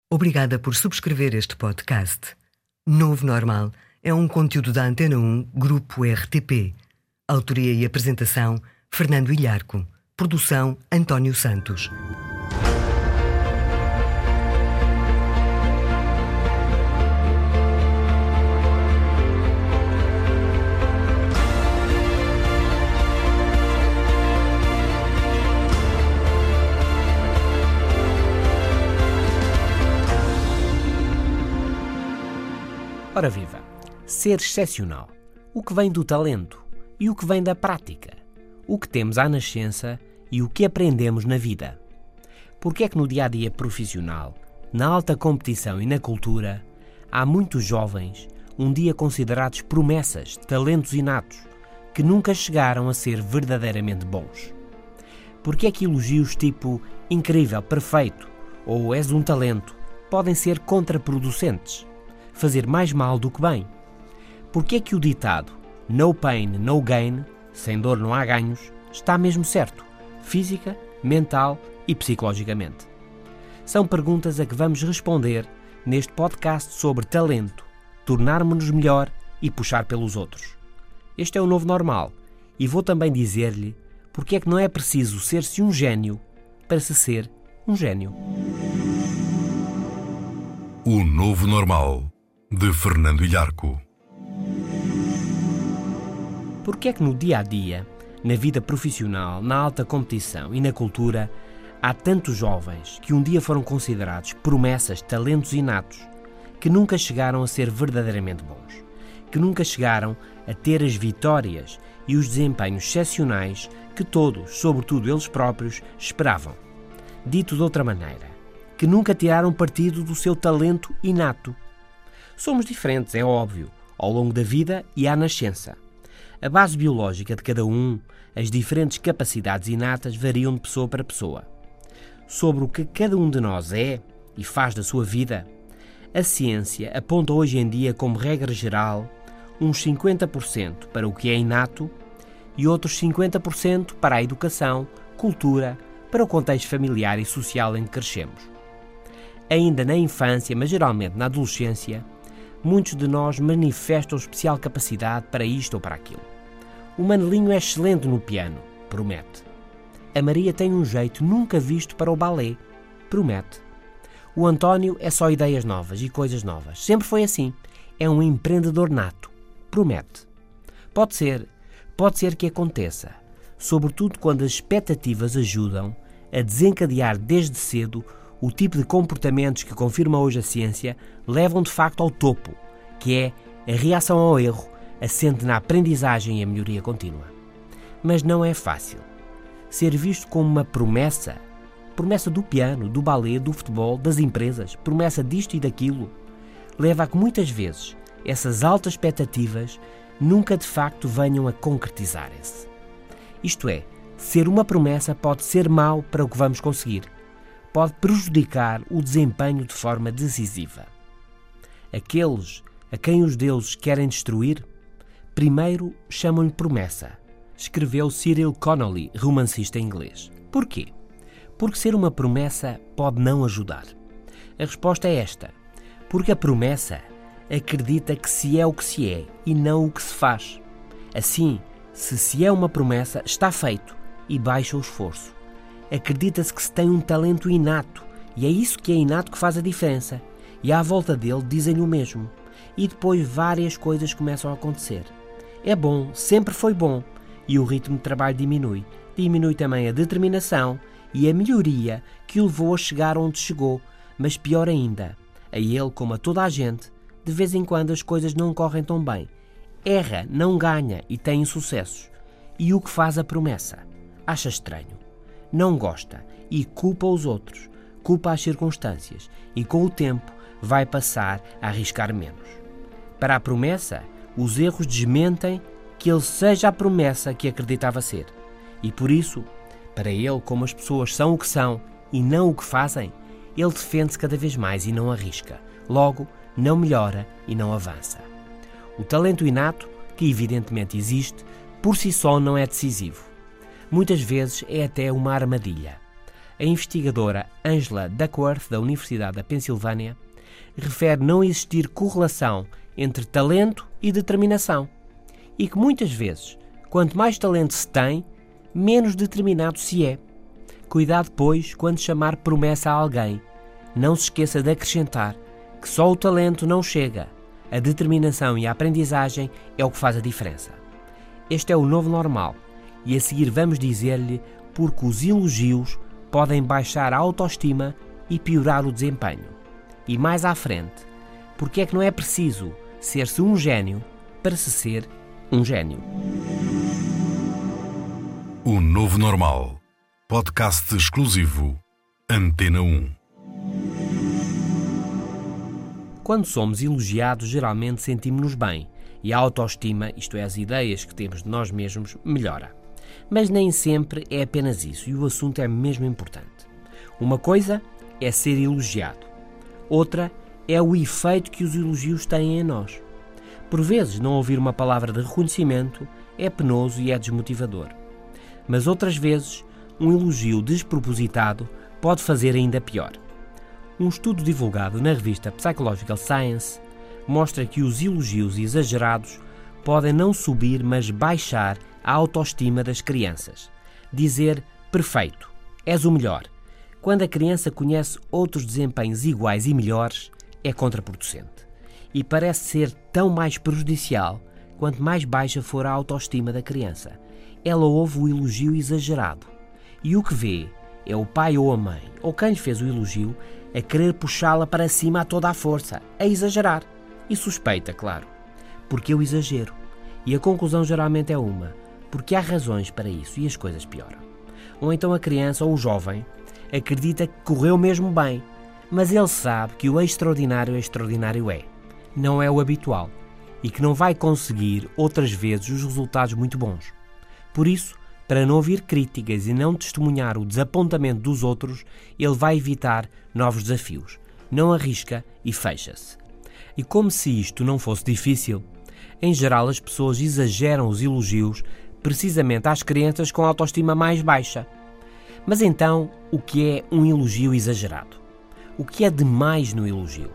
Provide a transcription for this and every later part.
Obrigada por subscrever este podcast. Novo Normal é um conteúdo da Antena 1, Grupo RTP. Autoria e apresentação, Fernando Ilharco. Produção, António Santos. Ora viva, ser excepcional, o que vem do talento e o que vem da prática, o que temos à nascença e o que aprendemos na vida. Porque é que no dia-a-dia profissional, na alta competição e na cultura, há muitos jovens, um dia considerados promessas, talentos inatos, que nunca chegaram a ser verdadeiramente bons? Porque é que elogios tipo incrível, perfeito ou és um talento podem ser contraproducentes? Fazer mais mal do que bem? Porque é que o ditado no pain, no gain, sem dor não há ganhos, está mesmo certo, física, mental e psicologicamente? São perguntas a que vamos responder neste podcast sobre talento, tornarmos-nos melhor e puxar pelos outros. Este é o novo normal e vou também dizer-lhe porque é que não é preciso ser-se um gênio para se ser um gênio. O novo normal, de Fernando Ilharco. Porque é que no dia-a-dia, na vida profissional, na alta competição e na cultura, há tantos jovens que um dia foram considerados promessas, talentos inatos, que nunca chegaram a ser verdadeiramente bons, que nunca chegaram a ter as vitórias e os desempenhos excepcionais que todos, sobretudo eles próprios, esperavam? Dito de outra maneira, que nunca tiraram partido do seu talento inato. Somos diferentes, é óbvio, ao longo da vida e à nascença. A base biológica de cada um, as diferentes capacidades inatas variam de pessoa para pessoa. Sobre o que cada um de nós é e faz da sua vida, a ciência aponta hoje em dia como regra geral uns 50% para o que é inato e outros 50% para a educação, cultura, para o contexto familiar e social em que crescemos. Ainda na infância, mas geralmente na adolescência, muitos de nós manifestam especial capacidade para isto ou para aquilo. O Manelinho é excelente no piano, promete. A Maria tem um jeito nunca visto para o balé, promete. O António é só ideias novas e coisas novas, sempre foi assim. É um empreendedor nato, promete. Pode ser que aconteça, sobretudo quando as expectativas ajudam a desencadear desde cedo o tipo de comportamentos que confirma hoje a ciência levam de facto ao topo, que é a reação ao erro, assente na aprendizagem e a melhoria contínua. Mas não é fácil. Ser visto como uma promessa do piano, do balé, do futebol, das empresas, promessa disto e daquilo, leva a que muitas vezes essas altas expectativas nunca de facto venham a concretizarem-se. Isto é, ser uma promessa pode ser mau para o que vamos conseguir. Pode prejudicar o desempenho de forma decisiva. Aqueles a quem os deuses querem destruir, primeiro chamam-lhe promessa, escreveu Cyril Connolly, romancista inglês. Porquê? Porque ser uma promessa pode não ajudar. A resposta é esta: porque a promessa acredita que se é o que se é e não o que se faz. Assim, se é uma promessa, está feito e baixa o esforço. Acredita-se que se tem um talento inato, e é isso que é inato que faz a diferença, e à volta dele dizem-lhe o mesmo, e depois várias coisas começam a acontecer. É bom, sempre foi bom, e o ritmo de trabalho diminui também a determinação e a melhoria que o levou a chegar onde chegou, mas pior ainda, a ele, como a toda a gente, de vez em quando as coisas não correm tão bem, erra, não ganha e tem insucessos, e o que faz a promessa? Acha estranho. Não gosta e culpa os outros, culpa as circunstâncias e com o tempo vai passar a arriscar menos. Para a promessa, os erros desmentem que ele seja a promessa que acreditava ser. E por isso, para ele, como as pessoas são o que são e não o que fazem, ele defende-se cada vez mais e não arrisca. Logo, não melhora e não avança. O talento inato, que evidentemente existe, por si só não é decisivo. Muitas vezes é até uma armadilha. A investigadora Angela Duckworth, da Universidade da Pensilvânia, refere não existir correlação entre talento e determinação e que muitas vezes, quanto mais talento se tem, menos determinado se é. Cuidado, pois, quando chamar promessa a alguém. Não se esqueça de acrescentar que só o talento não chega. A determinação e a aprendizagem é o que faz a diferença. Este é o novo normal e a seguir vamos dizer-lhe porque os elogios podem baixar a autoestima e piorar o desempenho. E mais à frente, porque é que não é preciso ser-se um gênio para se ser um gênio. O Novo Normal. Podcast exclusivo Antena 1. Quando somos elogiados, geralmente sentimos-nos bem e a autoestima, isto é, as ideias que temos de nós mesmos, melhora. Mas nem sempre é apenas isso e o assunto é mesmo importante. Uma coisa é ser elogiado. Outra é o efeito que os elogios têm em nós. Por vezes, não ouvir uma palavra de reconhecimento é penoso e é desmotivador. Mas outras vezes, um elogio despropositado pode fazer ainda pior. Um estudo divulgado na revista Psychological Science mostra que os elogios exagerados podem não subir, mas baixar a autoestima das crianças. Dizer perfeito, és o melhor, quando a criança conhece outros desempenhos iguais e melhores, é contraproducente. E parece ser tão mais prejudicial quanto mais baixa for a autoestima da criança. Ela ouve o elogio exagerado. E o que vê é o pai ou a mãe, ou quem lhe fez o elogio, a querer puxá-la para cima a toda a força, a exagerar. E suspeita, claro, porque eu exagero. E a conclusão geralmente é uma, porque há razões para isso e as coisas pioram. Ou então a criança ou o jovem acredita que correu mesmo bem, mas ele sabe que o extraordinário é. Não é o habitual e que não vai conseguir outras vezes os resultados muito bons. Por isso, para não ouvir críticas e não testemunhar o desapontamento dos outros, ele vai evitar novos desafios. Não arrisca e fecha-se. E como se isto não fosse difícil, em geral as pessoas exageram os elogios precisamente às crianças com autoestima mais baixa. Mas então, o que é um elogio exagerado? O que é demais no elogio?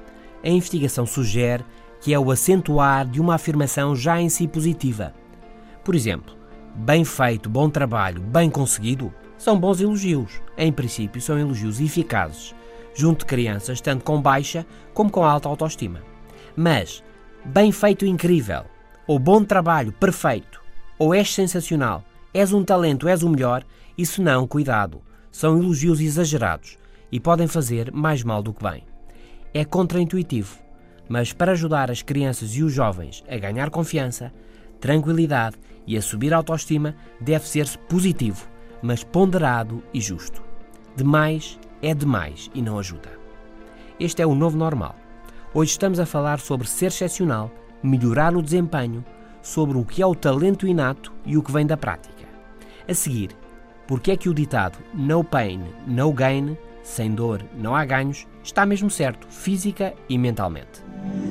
A investigação sugere que é o acentuar de uma afirmação já em si positiva. Por exemplo, bem feito, bom trabalho, bem conseguido, são bons elogios. Em princípio, são elogios eficazes, junto de crianças, tanto com baixa como com alta autoestima. Mas, bem feito incrível, ou bom trabalho perfeito, ou és sensacional, és um talento, és o melhor, isso não, cuidado, são elogios exagerados e podem fazer mais mal do que bem. É contraintuitivo, mas para ajudar as crianças e os jovens a ganhar confiança, tranquilidade e a subir a autoestima, deve ser-se positivo, mas ponderado e justo. Demais é demais e não ajuda. Este é o novo normal. Hoje estamos a falar sobre ser excepcional, melhorar o desempenho, sobre o que é o talento inato e o que vem da prática. A seguir, porque é que o ditado no pain, no gain, sem dor não há ganhos, está mesmo certo, física e mentalmente.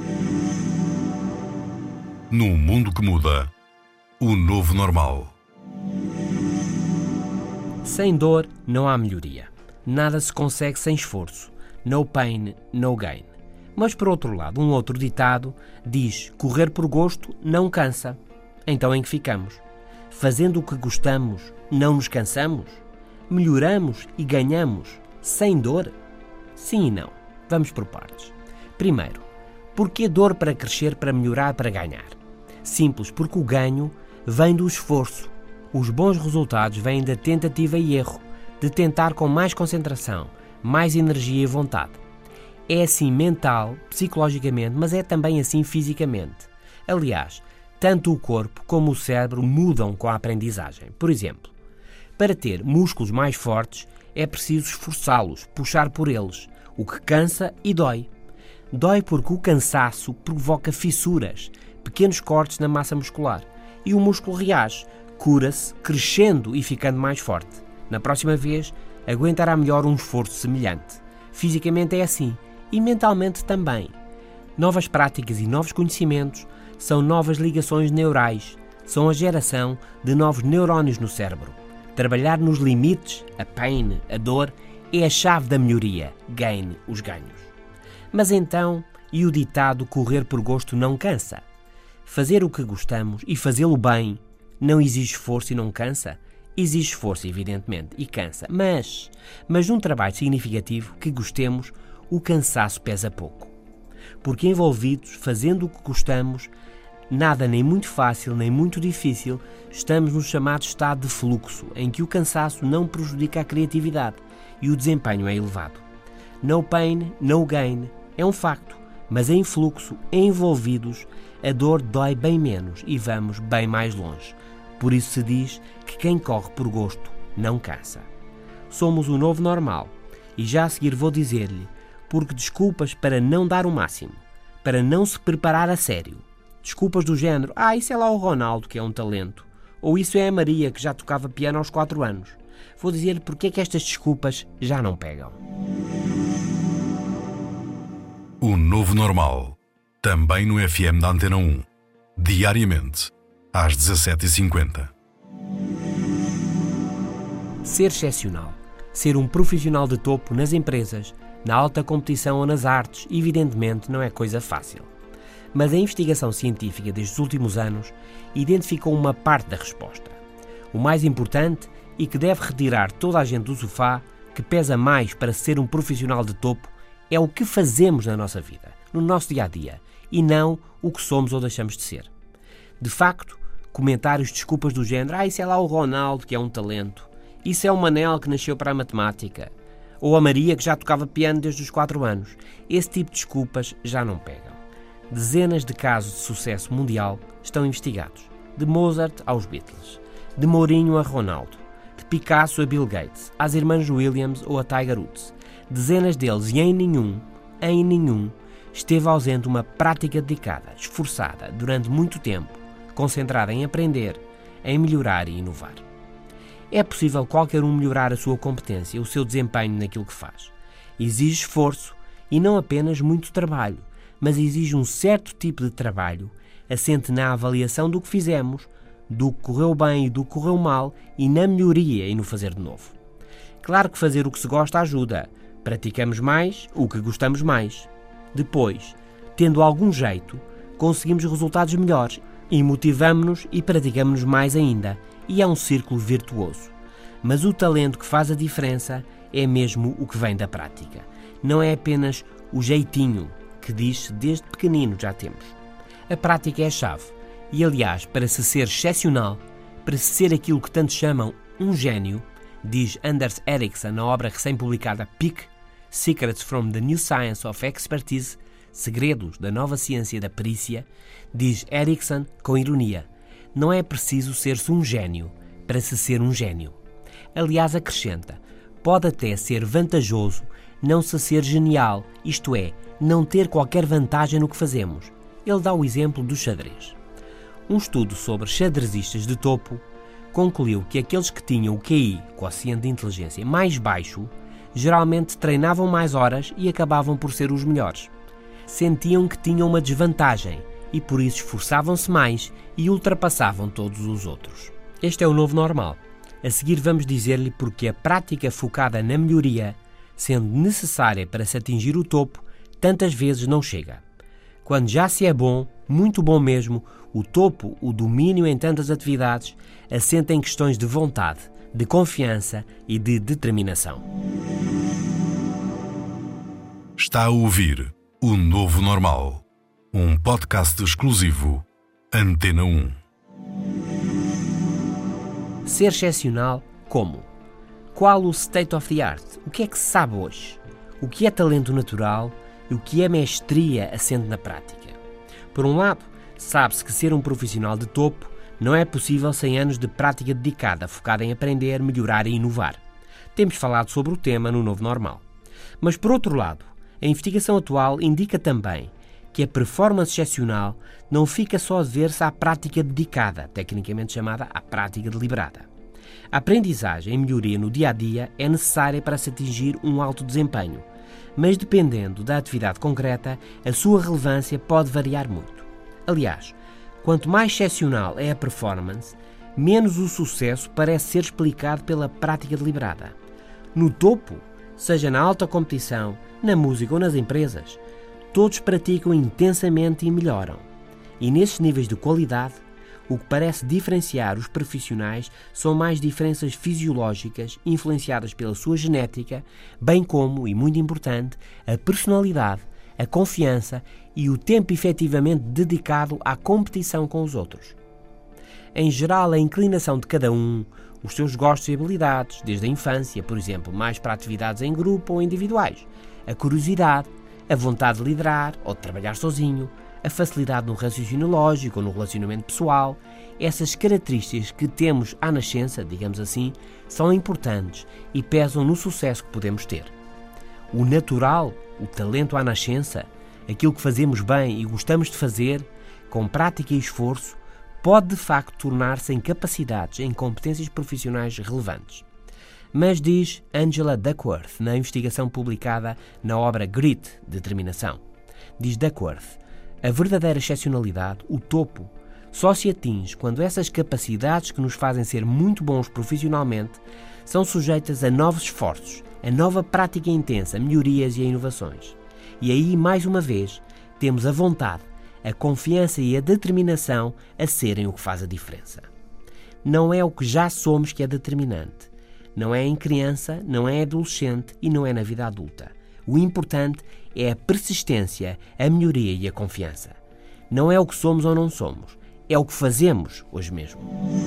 Num mundo que muda, o novo normal. Sem dor não há melhoria. Nada se consegue sem esforço. No pain, no gain. Mas, por outro lado, um outro ditado diz: correr por gosto não cansa. Então em que ficamos? Fazendo o que gostamos, não nos cansamos? Melhoramos e ganhamos sem dor? Sim e não. Vamos por partes. Primeiro, porquê dor para crescer, para melhorar, para ganhar? Simples, porque o ganho vem do esforço. Os bons resultados vêm da tentativa e erro, de tentar com mais concentração, mais energia e vontade. É assim mental, psicologicamente, mas é também assim fisicamente. Aliás, tanto o corpo como o cérebro mudam com a aprendizagem. Por exemplo, para ter músculos mais fortes é preciso esforçá-los, puxar por eles, o que cansa e dói. Dói porque o cansaço provoca fissuras, pequenos cortes na massa muscular, e o músculo reage, cura-se, crescendo e ficando mais forte. Na próxima vez, aguentará melhor um esforço semelhante. Fisicamente é assim, e mentalmente também. Novas práticas e novos conhecimentos são novas ligações neurais, são a geração de novos neurónios no cérebro. Trabalhar nos limites, a pain, a dor, é a chave da melhoria, gain, os ganhos. Mas então, e o ditado correr por gosto não cansa? Fazer o que gostamos e fazê-lo bem não exige esforço e não cansa? Exige esforço, evidentemente, e cansa. Mas num trabalho significativo que gostemos, o cansaço pesa pouco. Porque envolvidos, fazendo o que gostamos, nada nem muito fácil nem muito difícil, estamos no chamado estado de fluxo, em que o cansaço não prejudica a criatividade e o desempenho é elevado. No pain, no gain, é um facto, mas em fluxo, envolvidos, a dor dói bem menos e vamos bem mais longe. Por isso se diz que quem corre por gosto não cansa. Somos o novo normal e já a seguir vou dizer-lhe porque desculpas para não dar o máximo, para não se preparar a sério. Desculpas do género, isso é lá o Ronaldo que é um talento, ou isso é a Maria que já tocava piano aos 4 anos. Vou dizer-lhe porque é que estas desculpas já não pegam. O novo normal, também no FM da Antena 1, diariamente, às 17h50. Ser excepcional, ser um profissional de topo nas empresas, na alta competição ou nas artes, evidentemente não é coisa fácil. Mas a investigação científica destes últimos anos identificou uma parte da resposta. O mais importante e que deve retirar toda a gente do sofá, que pesa mais para ser um profissional de topo, é o que fazemos na nossa vida, no nosso dia-a-dia, e não o que somos ou deixamos de ser. De facto, comentários, desculpas do género, isso é lá o Ronaldo que é um talento, isso é o Manel que nasceu para a matemática, ou a Maria que já tocava piano desde os 4 anos, esse tipo de desculpas já não pegam. Dezenas de casos de sucesso mundial estão investigados, de Mozart aos Beatles, de Mourinho a Ronaldo, de Picasso a Bill Gates, às irmãs Williams ou a Tiger Woods. Dezenas deles e em nenhum, esteve ausente uma prática dedicada, esforçada, durante muito tempo, concentrada em aprender, em melhorar e inovar. É possível qualquer um melhorar a sua competência, o seu desempenho naquilo que faz. Exige esforço e não apenas muito trabalho, mas exige um certo tipo de trabalho, assente na avaliação do que fizemos, do que correu bem e do que correu mal e na melhoria e no fazer de novo. Claro que fazer o que se gosta ajuda. Praticamos mais o que gostamos mais. Depois, tendo algum jeito, conseguimos resultados melhores e motivamos-nos e praticamos-nos mais ainda. E é um círculo virtuoso. Mas o talento que faz a diferença é mesmo o que vem da prática. Não é apenas o jeitinho que diz-se desde pequenino já temos. A prática é a chave. E aliás, para se ser excepcional, para se ser aquilo que tantos chamam um gênio, diz Anders Ericsson na obra recém-publicada Peak, Secrets from the New Science of Expertise, Segredos da Nova Ciência da Perícia, diz Ericsson com ironia, não é preciso ser-se um gênio para se ser um gênio. Aliás, acrescenta, pode até ser vantajoso não se ser genial, isto é, não ter qualquer vantagem no que fazemos. Ele dá o exemplo do xadrez. Um estudo sobre xadrezistas de topo concluiu que aqueles que tinham o QI, quociente de inteligência, mais baixo, geralmente treinavam mais horas e acabavam por ser os melhores. Sentiam que tinham uma desvantagem e por isso esforçavam-se mais e ultrapassavam todos os outros. Este é o novo normal. A seguir vamos dizer-lhe porque a prática focada na melhoria, sendo necessária para se atingir o topo, tantas vezes não chega. Quando já se é bom, muito bom mesmo, o topo, o domínio em tantas atividades, assenta em questões de vontade, de confiança e de determinação. Está a ouvir O Novo Normal, um podcast exclusivo Antena 1. Ser excepcional como? Qual o state of the art? O que é que se sabe hoje? O que é talento natural e o que é mestria assente na prática? Por um lado, sabe-se que ser um profissional de topo não é possível sem anos de prática dedicada, focada em aprender, melhorar e inovar. Temos falado sobre o tema no Novo Normal. Mas, por outro lado, a investigação atual indica também que a performance excepcional não fica só a dever-se à prática dedicada, tecnicamente chamada à prática deliberada. A aprendizagem e melhoria no dia-a-dia é necessária para se atingir um alto desempenho, mas dependendo da atividade concreta, a sua relevância pode variar muito. Aliás, quanto mais excepcional é a performance, menos o sucesso parece ser explicado pela prática deliberada. No topo, seja na alta competição, na música ou nas empresas, todos praticam intensamente e melhoram. E nesses níveis de qualidade, o que parece diferenciar os profissionais são mais diferenças fisiológicas influenciadas pela sua genética, bem como, e muito importante, a personalidade, a confiança e o tempo efetivamente dedicado à competição com os outros. Em geral, a inclinação de cada um, os seus gostos e habilidades, desde a infância, por exemplo, mais para atividades em grupo ou individuais, a curiosidade, a vontade de liderar ou de trabalhar sozinho, a facilidade no raciocínio lógico ou no relacionamento pessoal, essas características que temos à nascença, digamos assim, são importantes e pesam no sucesso que podemos ter. O natural, o talento à nascença, aquilo que fazemos bem e gostamos de fazer, com prática e esforço, pode de facto tornar-se em capacidades, em competências profissionais relevantes. Mas diz Angela Duckworth, na investigação publicada na obra Grit, Determinação, diz Duckworth, a verdadeira excepcionalidade, o topo, só se atinge quando essas capacidades que nos fazem ser muito bons profissionalmente são sujeitas a novos esforços, a nova prática intensa, a melhorias e a inovações. E aí, mais uma vez, temos a vontade, a confiança e a determinação a serem o que faz a diferença. Não é o que já somos que é determinante. Não é em criança, não é adolescente e não é na vida adulta. O importante é a persistência, a melhoria e a confiança. Não é o que somos ou não somos, é o que fazemos hoje mesmo.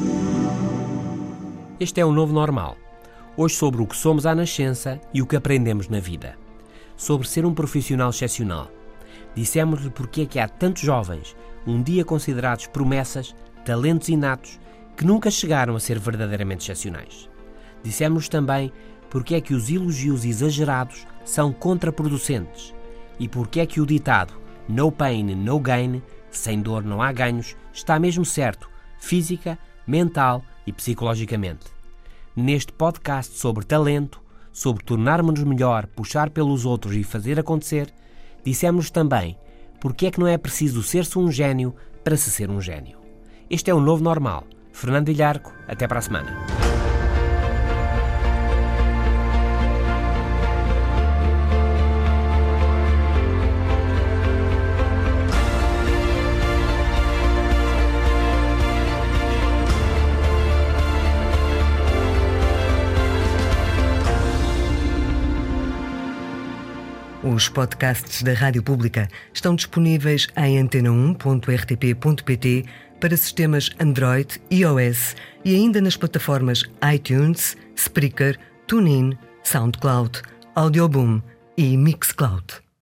Este é o novo normal. Hoje sobre o que somos à nascença e o que aprendemos na vida. Sobre ser um profissional excepcional. Dissemos-lhe porque é que há tantos jovens, um dia considerados promessas, talentos inatos, que nunca chegaram a ser verdadeiramente excepcionais. Dissemos também porque é que os elogios exagerados são contraproducentes e porque é que o ditado "no pain, no gain", sem dor não há ganhos, está mesmo certo, física, mental e psicologicamente. Neste podcast sobre talento, sobre tornarmos-nos melhor, puxar pelos outros e fazer acontecer, dissemos também porque é que não é preciso ser-se um gênio para se ser um gênio. Este é o novo normal. Fernando Ilharco, até para a semana. Os podcasts da Rádio Pública estão disponíveis em antena1.rtp.pt para sistemas Android, iOS e ainda nas plataformas iTunes, Spreaker, TuneIn, SoundCloud, Audioboom e Mixcloud.